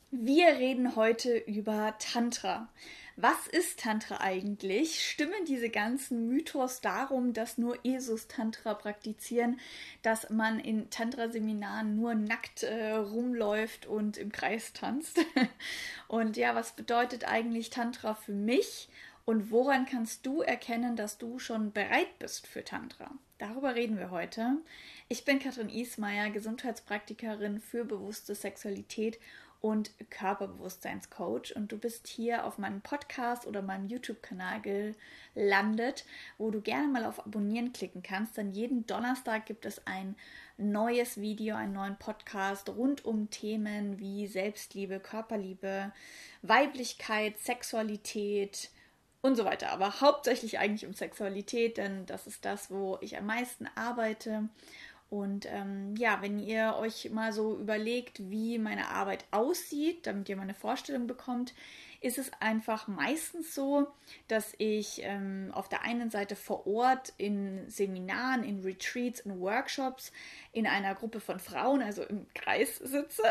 Wir reden heute über Tantra. Was ist Tantra eigentlich? Stimmen diese ganzen Mythos darum, dass nur Esos Tantra praktizieren, dass man in Tantra-Seminaren nur nackt rumläuft und im Kreis tanzt? Und ja, was bedeutet eigentlich Tantra für mich? Und woran kannst du erkennen, dass du schon bereit bist für Tantra? Darüber reden wir heute. Ich bin Katrin Ismaier, Gesundheitspraktikerin für bewusste Sexualität und Körperbewusstseinscoach, und du bist hier auf meinem Podcast oder meinem YouTube-Kanal gelandet, wo du gerne mal auf Abonnieren klicken kannst, denn jeden Donnerstag gibt es ein neues Video, einen neuen Podcast rund um Themen wie Selbstliebe, Körperliebe, Weiblichkeit, Sexualität und so weiter. Aber hauptsächlich eigentlich um Sexualität, denn das ist das, wo ich am meisten arbeite. Und ja, wenn ihr euch mal so überlegt, wie meine Arbeit aussieht, damit ihr mal eine Vorstellung bekommt, ist es einfach meistens so, dass ich auf der einen Seite vor Ort in Seminaren, in Retreats, in Workshops in einer Gruppe von Frauen, also im Kreis sitze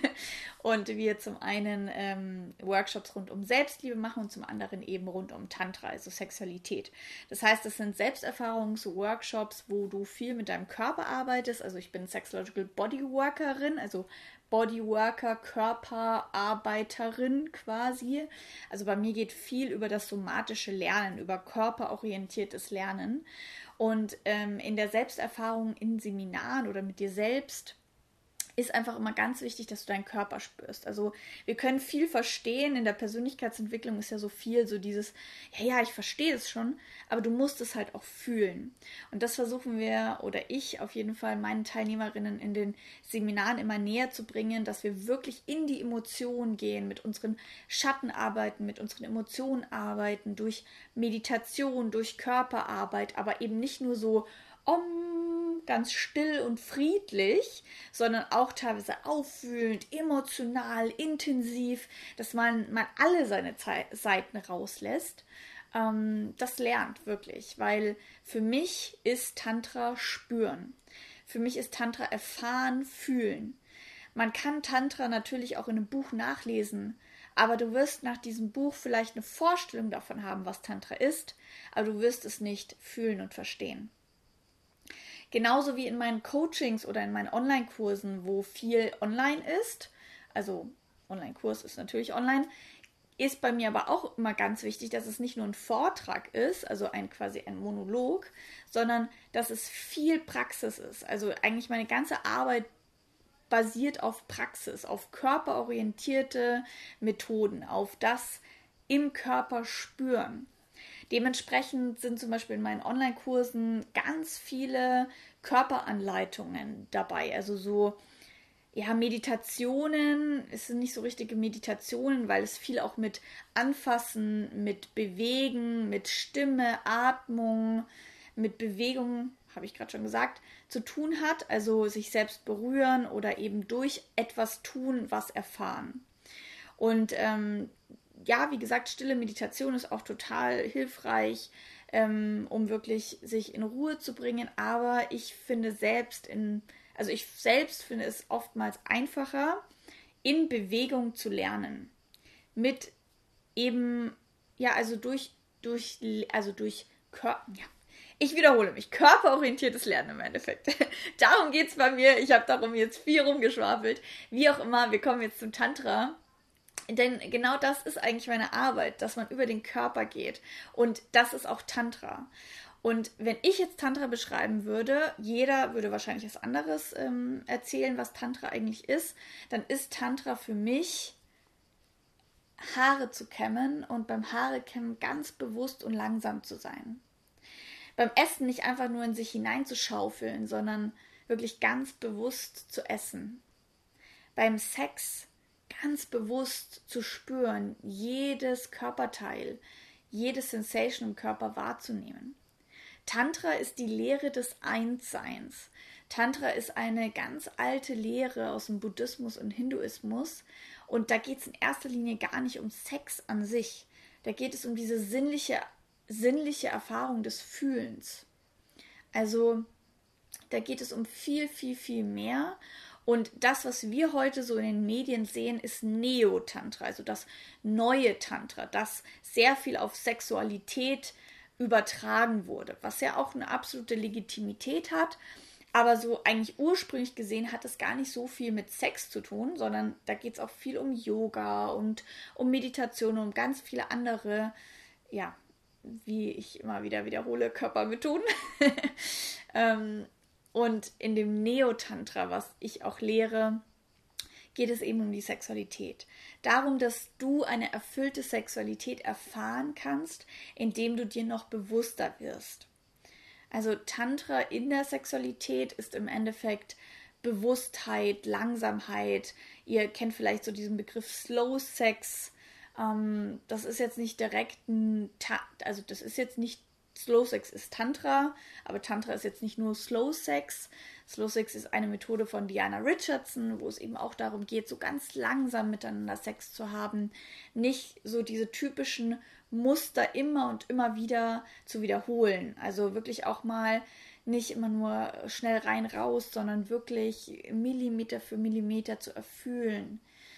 und wir zum einen Workshops rund um Selbstliebe machen und zum anderen eben rund um Tantra, also Sexualität. Das heißt, es sind Selbsterfahrungs-Workshops, wo du viel mit deinem Körper arbeitest. Also ich bin Sexological Bodyworkerin, also Bodyworker, Körperarbeiterin quasi. Also bei mir geht viel über das somatische Lernen, über körperorientiertes Lernen. Und in der Selbsterfahrung in Seminaren oder mit dir selbst ist einfach immer ganz wichtig, dass du deinen Körper spürst. Also wir können viel verstehen, in der Persönlichkeitsentwicklung ist ja so viel so dieses, ja, ich verstehe es schon, aber du musst es halt auch fühlen. Und das versuchen wir, oder ich auf jeden Fall, meinen Teilnehmerinnen in den Seminaren immer näher zu bringen, dass wir wirklich in die Emotionen gehen, mit unseren Schatten arbeiten, mit unseren Emotionen arbeiten, durch Meditation, durch Körperarbeit, aber eben nicht nur so ganz still und friedlich, sondern auch teilweise aufwühlend, emotional, intensiv, dass man alle seine Seiten rauslässt. Das lernt wirklich, weil für mich ist Tantra spüren. Für mich ist Tantra erfahren, fühlen. Man kann Tantra natürlich auch in einem Buch nachlesen, aber du wirst nach diesem Buch vielleicht eine Vorstellung davon haben, was Tantra ist, aber du wirst es nicht fühlen und verstehen. Genauso wie in meinen Coachings oder in meinen Online-Kursen, wo viel online ist, also Online-Kurs ist natürlich online, ist bei mir aber auch immer ganz wichtig, dass es nicht nur ein Vortrag ist, also quasi ein Monolog, sondern dass es viel Praxis ist. Also eigentlich meine ganze Arbeit basiert auf Praxis, auf körperorientierte Methoden, auf das im Körper spüren. Dementsprechend sind zum Beispiel in meinen Online-Kursen ganz viele Körperanleitungen dabei. Also so, ja, Meditationen, es sind nicht so richtige Meditationen, weil es viel auch mit Anfassen, mit Bewegen, mit Stimme, Atmung, mit Bewegung, habe ich gerade schon gesagt, zu tun hat. Also sich selbst berühren oder eben durch etwas tun, was erfahren. Und ja, wie gesagt, stille Meditation ist auch total hilfreich, um wirklich sich in Ruhe zu bringen. Aber ich finde ich selbst finde es oftmals einfacher, in Bewegung zu lernen. Mit eben, ja, also durch Körper, ja. Ich wiederhole mich, körperorientiertes Lernen im Endeffekt. Darum geht es bei mir. Ich habe darum jetzt viel rumgeschwafelt. Wie auch immer, wir kommen jetzt zum Tantra. Denn genau das ist eigentlich meine Arbeit, dass man über den Körper geht. Und das ist auch Tantra. Und wenn ich jetzt Tantra beschreiben würde, jeder würde wahrscheinlich was anderes erzählen, was Tantra eigentlich ist, dann ist Tantra für mich Haare zu kämmen und beim Haarekämmen ganz bewusst und langsam zu sein. Beim Essen nicht einfach nur in sich hineinzuschaufeln, sondern wirklich ganz bewusst zu essen. Beim Sex ganz bewusst zu spüren, jedes Körperteil, jede Sensation im Körper wahrzunehmen. Tantra ist die Lehre des Einsseins. Tantra ist eine ganz alte Lehre aus dem Buddhismus und Hinduismus, und da geht es in erster Linie gar nicht um Sex an sich. Da geht es um diese sinnliche Erfahrung des Fühlens. Also da geht es um viel, viel, viel mehr. Und das, was wir heute so in den Medien sehen, ist Neo-Tantra, also das neue Tantra, das sehr viel auf Sexualität übertragen wurde, was ja auch eine absolute Legitimität hat. Aber so eigentlich ursprünglich gesehen hat es gar nicht so viel mit Sex zu tun, sondern da geht es auch viel um Yoga und um Meditation und um ganz viele andere, ja, wie ich immer wieder wiederhole, Körpermethoden. Und in dem Neo-Tantra, was ich auch lehre, geht es eben um die Sexualität. Darum, dass du eine erfüllte Sexualität erfahren kannst, indem du dir noch bewusster wirst. Also Tantra in der Sexualität ist im Endeffekt Bewusstheit, Langsamkeit. Ihr kennt vielleicht so diesen Begriff Slow Sex. Das ist jetzt nicht direkt also das ist jetzt nicht Slow Sex ist Tantra, aber Tantra ist jetzt nicht nur Slow Sex. Slow Sex ist eine Methode von Diana Richardson, wo es eben auch darum geht, so ganz langsam miteinander Sex zu haben. Nicht so diese typischen Muster immer und immer wieder zu wiederholen. Also wirklich auch mal nicht immer nur schnell rein raus, sondern wirklich Millimeter für Millimeter zu erfühlen.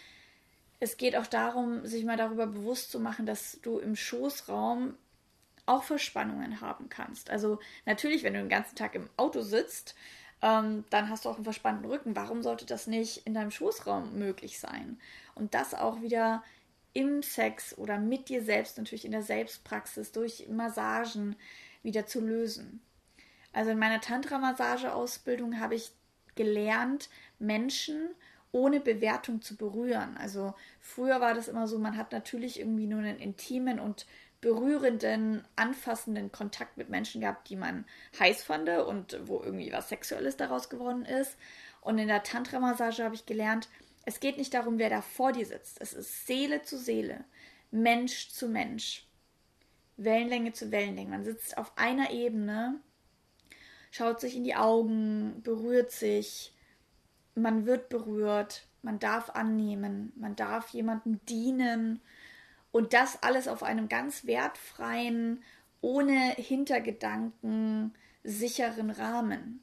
Es geht auch darum, sich mal darüber bewusst zu machen, dass du im Schoßraum auch Verspannungen haben kannst. Also natürlich, wenn du den ganzen Tag im Auto sitzt, dann hast du auch einen verspannten Rücken. Warum sollte das nicht in deinem Schoßraum möglich sein? Und das auch wieder im Sex oder mit dir selbst, natürlich in der Selbstpraxis, durch Massagen wieder zu lösen. Also in meiner Tantra-Massage-Ausbildung habe ich gelernt, Menschen ohne Bewertung zu berühren. Also früher war das immer so, man hat natürlich irgendwie nur einen intimen und berührenden, anfassenden Kontakt mit Menschen gehabt, die man heiß fand und wo irgendwie was Sexuelles daraus geworden ist. Und in der Tantra-Massage habe ich gelernt, es geht nicht darum, wer da vor dir sitzt. Es ist Seele zu Seele, Mensch zu Mensch, Wellenlänge zu Wellenlänge. Man sitzt auf einer Ebene, schaut sich in die Augen, berührt sich, man wird berührt, man darf annehmen, man darf jemandem dienen. Und das alles auf einem ganz wertfreien, ohne Hintergedanken, sicheren Rahmen.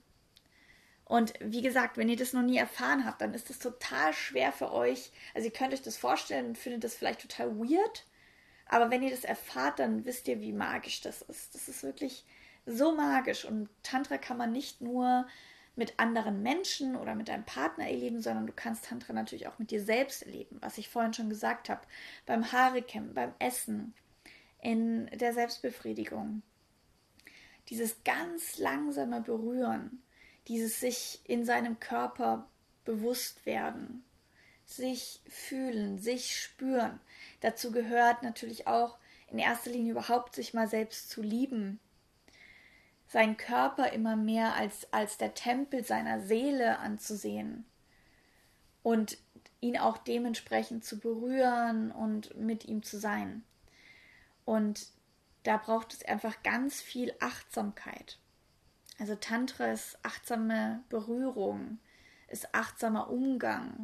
Und wie gesagt, wenn ihr das noch nie erfahren habt, dann ist das total schwer für euch. Also ihr könnt euch das vorstellen und findet das vielleicht total weird. Aber wenn ihr das erfahrt, dann wisst ihr, wie magisch das ist. Das ist wirklich so magisch. Und Tantra kann man nicht nur mit anderen Menschen oder mit deinem Partner erleben, sondern du kannst Tantra natürlich auch mit dir selbst erleben, was ich vorhin schon gesagt habe, beim Haarekämmen, beim Essen, in der Selbstbefriedigung. Dieses ganz langsame Berühren, dieses sich in seinem Körper bewusst werden, sich fühlen, sich spüren. Dazu gehört natürlich auch in erster Linie überhaupt sich mal selbst zu lieben, seinen Körper immer mehr als der Tempel seiner Seele anzusehen und ihn auch dementsprechend zu berühren und mit ihm zu sein. Und da braucht es einfach ganz viel Achtsamkeit. Also Tantra ist achtsame Berührung, ist achtsamer Umgang.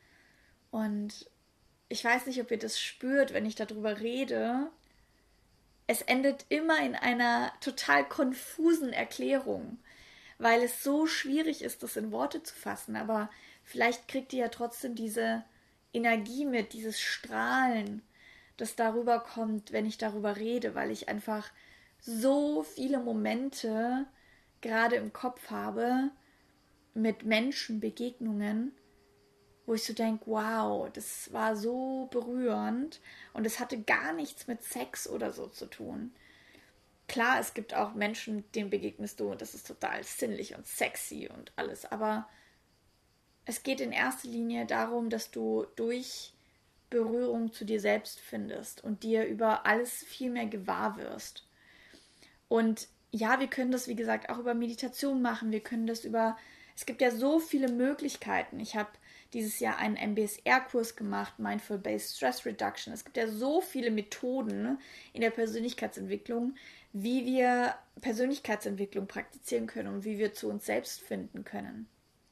Und ich weiß nicht, ob ihr das spürt, wenn ich darüber rede. Es endet immer in einer total konfusen Erklärung, weil es so schwierig ist, das in Worte zu fassen. Aber vielleicht kriegt ihr ja trotzdem diese Energie mit, dieses Strahlen, das darüber kommt, wenn ich darüber rede, weil ich einfach so viele Momente gerade im Kopf habe mit Menschen, Begegnungen, wo ich so denke, wow, das war so berührend und es hatte gar nichts mit Sex oder so zu tun. Klar, es gibt auch Menschen, denen begegnest du und das ist total sinnlich und sexy und alles, aber es geht in erster Linie darum, dass du durch Berührung zu dir selbst findest und dir über alles viel mehr gewahr wirst. Und ja, wir können das, wie gesagt, auch über Meditation machen. Wir können das es gibt ja so viele Möglichkeiten. Ich habe dieses Jahr einen MBSR-Kurs gemacht, Mindful Based Stress Reduction. Es gibt ja so viele Methoden in der Persönlichkeitsentwicklung, wie wir Persönlichkeitsentwicklung praktizieren können und wie wir zu uns selbst finden können.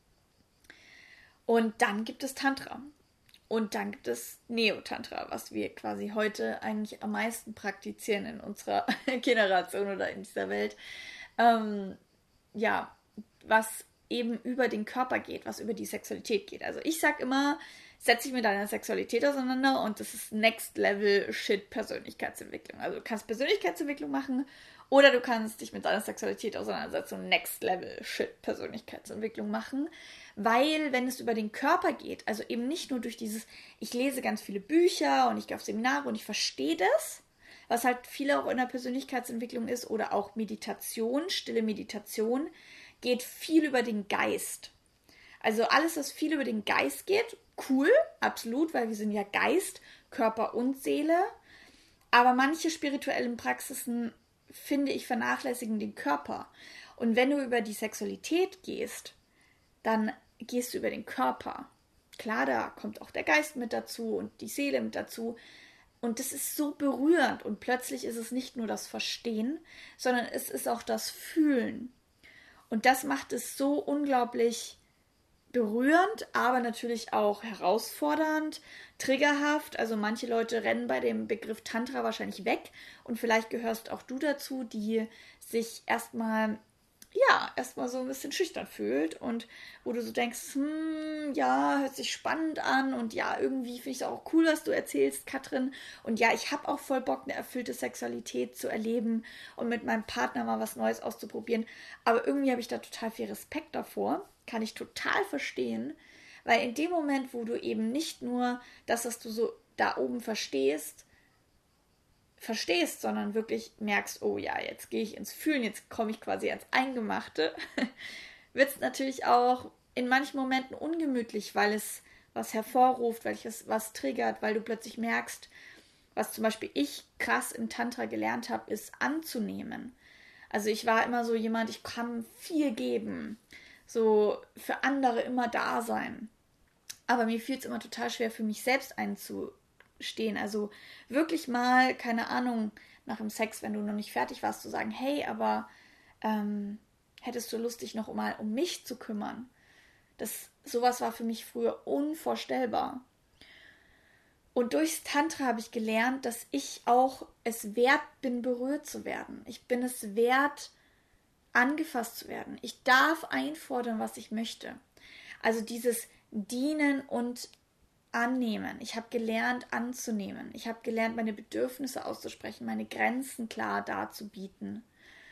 Und dann gibt es Tantra. Und dann gibt es Neo-Tantra, was wir quasi heute eigentlich am meisten praktizieren in unserer Generation oder in dieser Welt. Ja, was eben über den Körper geht, was über die Sexualität geht. Also ich sag immer, setz dich mit deiner Sexualität auseinander und das ist Next Level Shit Persönlichkeitsentwicklung. Also du kannst Persönlichkeitsentwicklung machen oder du kannst dich mit deiner Sexualität auseinandersetzen und Next Level Shit Persönlichkeitsentwicklung machen. Weil wenn es über den Körper geht, also eben nicht nur durch dieses, ich lese ganz viele Bücher und ich gehe auf Seminare und ich verstehe das, was halt viele auch in der Persönlichkeitsentwicklung ist oder auch Meditation, stille Meditation, geht viel über den Geist. Also alles, was viel über den Geist geht, cool, absolut, weil wir sind ja Geist, Körper und Seele. Aber manche spirituellen Praxisen, finde ich, vernachlässigen den Körper. Und wenn du über die Sexualität gehst, dann gehst du über den Körper. Klar, da kommt auch der Geist mit dazu und die Seele mit dazu. Und das ist so berührend. Und plötzlich ist es nicht nur das Verstehen, sondern es ist auch das Fühlen. Und das macht es so unglaublich berührend, aber natürlich auch herausfordernd, triggerhaft. Also manche Leute rennen bei dem Begriff Tantra wahrscheinlich weg. Und vielleicht gehörst auch du dazu, die sich erstmal so ein bisschen schüchtern fühlt und wo du so denkst, ja, hört sich spannend an und ja, irgendwie finde ich es auch cool, was du erzählst, Katrin. Und ja, ich habe auch voll Bock, eine erfüllte Sexualität zu erleben und mit meinem Partner mal was Neues auszuprobieren. Aber irgendwie habe ich da total viel Respekt davor, kann ich total verstehen, weil in dem Moment, wo du eben nicht nur das, was du so da oben verstehst, sondern wirklich merkst, oh ja, jetzt gehe ich ins Fühlen, jetzt komme ich quasi ans Eingemachte, wird es natürlich auch in manchen Momenten ungemütlich, weil es was hervorruft, weil es was triggert, weil du plötzlich merkst, was zum Beispiel ich krass im Tantra gelernt habe, ist anzunehmen. Also ich war immer so jemand, ich kann viel geben, so für andere immer da sein. Aber mir fiel es immer total schwer, für mich selbst einzustehen. Also wirklich mal, keine Ahnung, nach dem Sex, wenn du noch nicht fertig warst, zu sagen, hey, aber hättest du Lust, dich noch mal um mich zu kümmern? Sowas war für mich früher unvorstellbar. Und durchs Tantra habe ich gelernt, dass ich auch es wert bin, berührt zu werden. Ich bin es wert, angefasst zu werden. Ich darf einfordern, was ich möchte. Also dieses Dienen und Annehmen. Ich habe gelernt, anzunehmen. Ich habe gelernt, meine Bedürfnisse auszusprechen, meine Grenzen klar darzubieten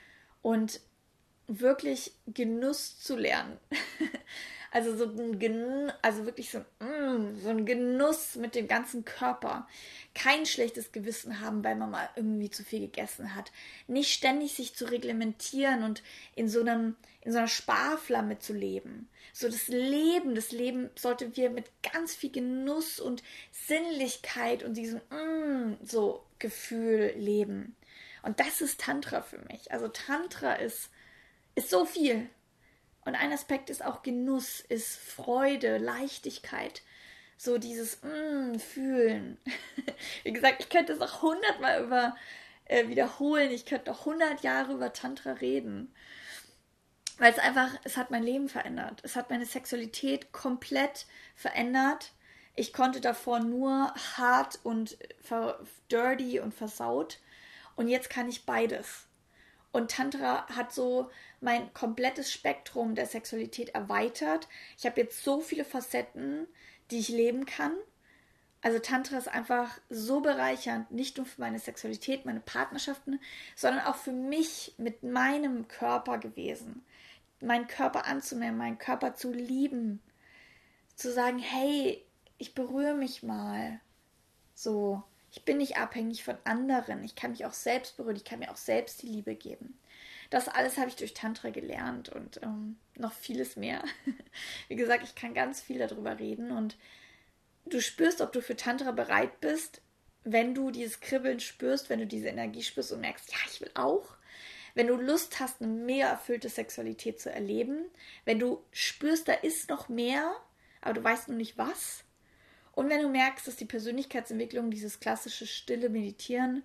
und wirklich Genuss zu lernen. Also so ein Genuss, also wirklich so ein Genuss mit dem ganzen Körper. Kein schlechtes Gewissen haben, weil man mal irgendwie zu viel gegessen hat. Nicht ständig sich zu reglementieren und in so einer Sparflamme zu leben. So das Leben sollten wir mit ganz viel Genuss und Sinnlichkeit und diesem so Gefühl leben. Und das ist Tantra für mich. Also Tantra ist so viel. Und ein Aspekt ist auch Genuss, ist Freude, Leichtigkeit. So dieses Fühlen. Wie gesagt, ich könnte es auch 100-mal wiederholen. Ich könnte noch 100 Jahre über Tantra reden. Weil es hat mein Leben verändert. Es hat meine Sexualität komplett verändert. Ich konnte davor nur hart und dirty und versaut. Und jetzt kann ich beides. Und Tantra hat so mein komplettes Spektrum der Sexualität erweitert. Ich habe jetzt so viele Facetten, die ich leben kann. Also Tantra ist einfach so bereichernd, nicht nur für meine Sexualität, meine Partnerschaften, sondern auch für mich mit meinem Körper gewesen. Meinen Körper anzunehmen, meinen Körper zu lieben. Zu sagen, hey, ich berühre mich mal. So, ich bin nicht abhängig von anderen. Ich kann mich auch selbst berühren. Ich kann mir auch selbst die Liebe geben. Das alles habe ich durch Tantra gelernt und noch vieles mehr. Wie gesagt, ich kann ganz viel darüber reden und du spürst, ob du für Tantra bereit bist, wenn du dieses Kribbeln spürst, wenn du diese Energie spürst und merkst, ja, ich will auch. Wenn du Lust hast, eine mega erfüllte Sexualität zu erleben, wenn du spürst, da ist noch mehr, aber du weißt noch nicht was. Und wenn du merkst, dass die Persönlichkeitsentwicklung, dieses klassische stille Meditieren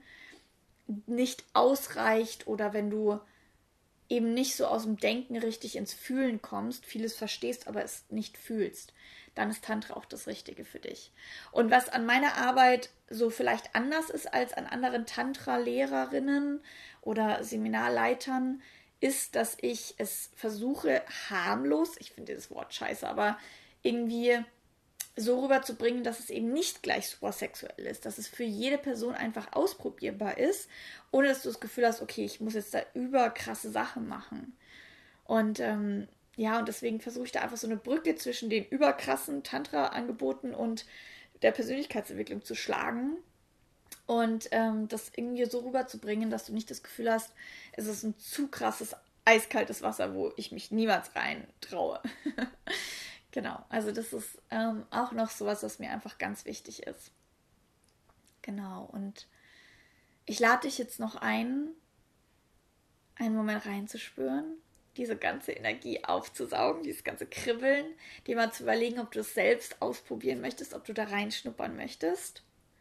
nicht ausreicht oder wenn du eben nicht so aus dem Denken richtig ins Fühlen kommst, vieles verstehst, aber es nicht fühlst, dann ist Tantra auch das Richtige für dich. Und was an meiner Arbeit so vielleicht anders ist als an anderen Tantra-Lehrerinnen oder Seminarleitern, ist, dass ich es versuche, harmlos, ich finde das Wort scheiße, aber irgendwie so rüberzubringen, dass es eben nicht gleich super sexuell ist, dass es für jede Person einfach ausprobierbar ist, ohne dass du das Gefühl hast, okay, ich muss jetzt da überkrasse Sachen machen. Und ja, und deswegen versuche ich da einfach so eine Brücke zwischen den überkrassen Tantra-Angeboten und der Persönlichkeitsentwicklung zu schlagen und das irgendwie so rüberzubringen, dass du nicht das Gefühl hast, es ist ein zu krasses, eiskaltes Wasser, wo ich mich niemals rein traue. Genau, also das ist auch noch sowas, was mir einfach ganz wichtig ist. Genau, und ich lade dich jetzt noch ein, einen Moment reinzuspüren, diese ganze Energie aufzusaugen, dieses ganze Kribbeln, dir mal zu überlegen, ob du es selbst ausprobieren möchtest, ob du da reinschnuppern möchtest.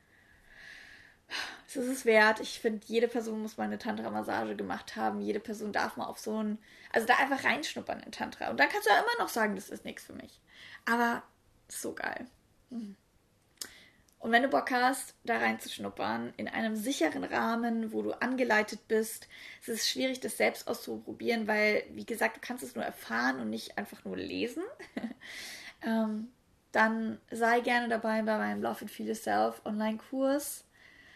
Es ist es wert. Ich finde, jede Person muss mal eine Tantra-Massage gemacht haben. Jede Person darf mal auf so ein, also da einfach reinschnuppern in Tantra. Und dann kannst du ja immer noch sagen, das ist nichts für mich. Aber so geil. Und wenn du Bock hast, da reinzuschnuppern, in einem sicheren Rahmen, wo du angeleitet bist, es ist schwierig, das selbst auszuprobieren, weil, wie gesagt, du kannst es nur erfahren und nicht einfach nur lesen. Dann sei gerne dabei bei meinem Love and Feel Yourself Online-Kurs.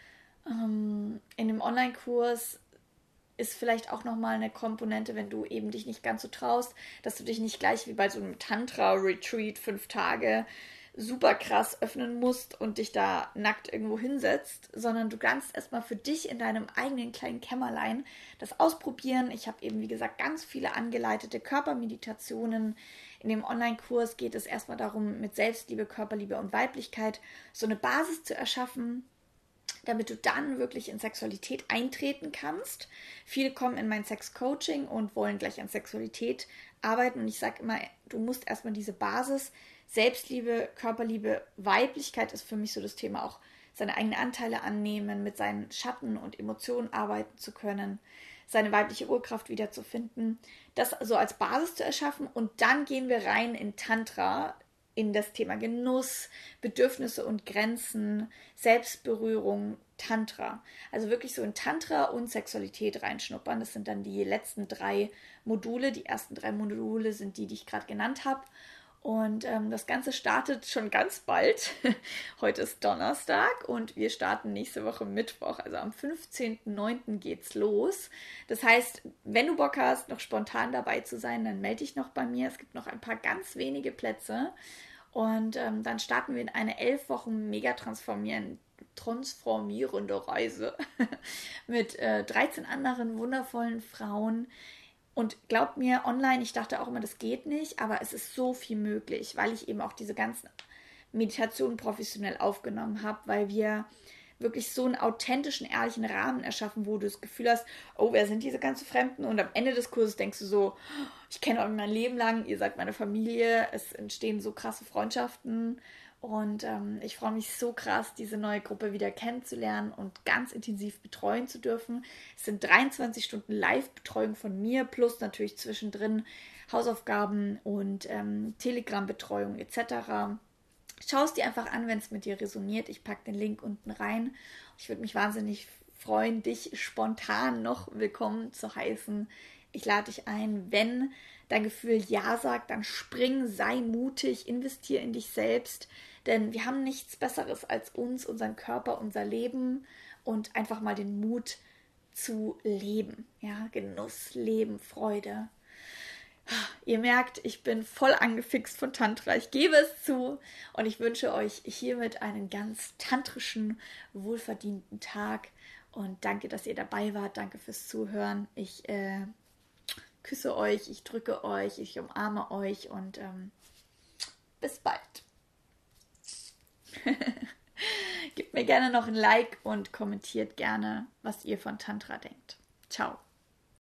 In dem Online-Kurs ist vielleicht auch nochmal eine Komponente, wenn du eben dich nicht ganz so traust, dass du dich nicht gleich wie bei so einem Tantra-Retreat 5 Tage super krass öffnen musst und dich da nackt irgendwo hinsetzt, sondern du kannst erstmal für dich in deinem eigenen kleinen Kämmerlein das ausprobieren. Ich habe eben, wie gesagt, ganz viele angeleitete Körpermeditationen. In dem Online-Kurs geht es erstmal darum, mit Selbstliebe, Körperliebe und Weiblichkeit so eine Basis zu erschaffen, damit du dann wirklich in Sexualität eintreten kannst. Viele kommen in mein Sex-Coaching und wollen gleich an Sexualität arbeiten. Und ich sage immer, du musst erstmal diese Basis, Selbstliebe, Körperliebe, Weiblichkeit ist für mich so das Thema, auch seine eigenen Anteile annehmen, mit seinen Schatten und Emotionen arbeiten zu können, seine weibliche Urkraft wiederzufinden, das so als Basis zu erschaffen. Und dann gehen wir rein in Tantra, in das Thema Genuss, Bedürfnisse und Grenzen, Selbstberührung, Tantra. Also wirklich so in Tantra und Sexualität reinschnuppern. Das sind dann die letzten 3 Module. Die ersten 3 Module sind die ich gerade genannt habe. Und das Ganze startet schon ganz bald. Heute ist Donnerstag und wir starten nächste Woche Mittwoch. Also am 15.09. geht's los. Das heißt, wenn du Bock hast, noch spontan dabei zu sein, dann melde dich noch bei mir. Es gibt noch ein paar ganz wenige Plätze. Und dann starten wir in eine 11 Wochen mega transformierende Reise mit 13 anderen wundervollen Frauen. Und glaubt mir, online, ich dachte auch immer, das geht nicht, aber es ist so viel möglich, weil ich eben auch diese ganzen Meditationen professionell aufgenommen habe, weil wir wirklich so einen authentischen, ehrlichen Rahmen erschaffen, wo du das Gefühl hast, oh, wer sind diese ganzen Fremden? Und am Ende des Kurses denkst du so, ich kenne euch mein Leben lang, ihr seid meine Familie, es entstehen so krasse Freundschaften und ich freue mich so krass, diese neue Gruppe wieder kennenzulernen und ganz intensiv betreuen zu dürfen. Es sind 23 Stunden Live-Betreuung von mir, plus natürlich zwischendrin Hausaufgaben und Telegram-Betreuung etc. Schau es dir einfach an, wenn es mit dir resoniert. Ich packe den Link unten rein. Ich würde mich wahnsinnig freuen, dich spontan noch willkommen zu heißen. Ich lade dich ein, wenn dein Gefühl Ja sagt, dann spring, sei mutig, investier in dich selbst, denn wir haben nichts Besseres als uns, unseren Körper, unser Leben und einfach mal den Mut zu leben. Ja, Genuss, Leben, Freude. Ihr merkt, ich bin voll angefixt von Tantra. Ich gebe es zu und ich wünsche euch hiermit einen ganz tantrischen, wohlverdienten Tag und danke, dass ihr dabei wart. Danke fürs Zuhören. Ich küsse euch, ich drücke euch, ich umarme euch und bis bald. Gebt mir gerne noch ein Like und kommentiert gerne, was ihr von Tantra denkt. Ciao.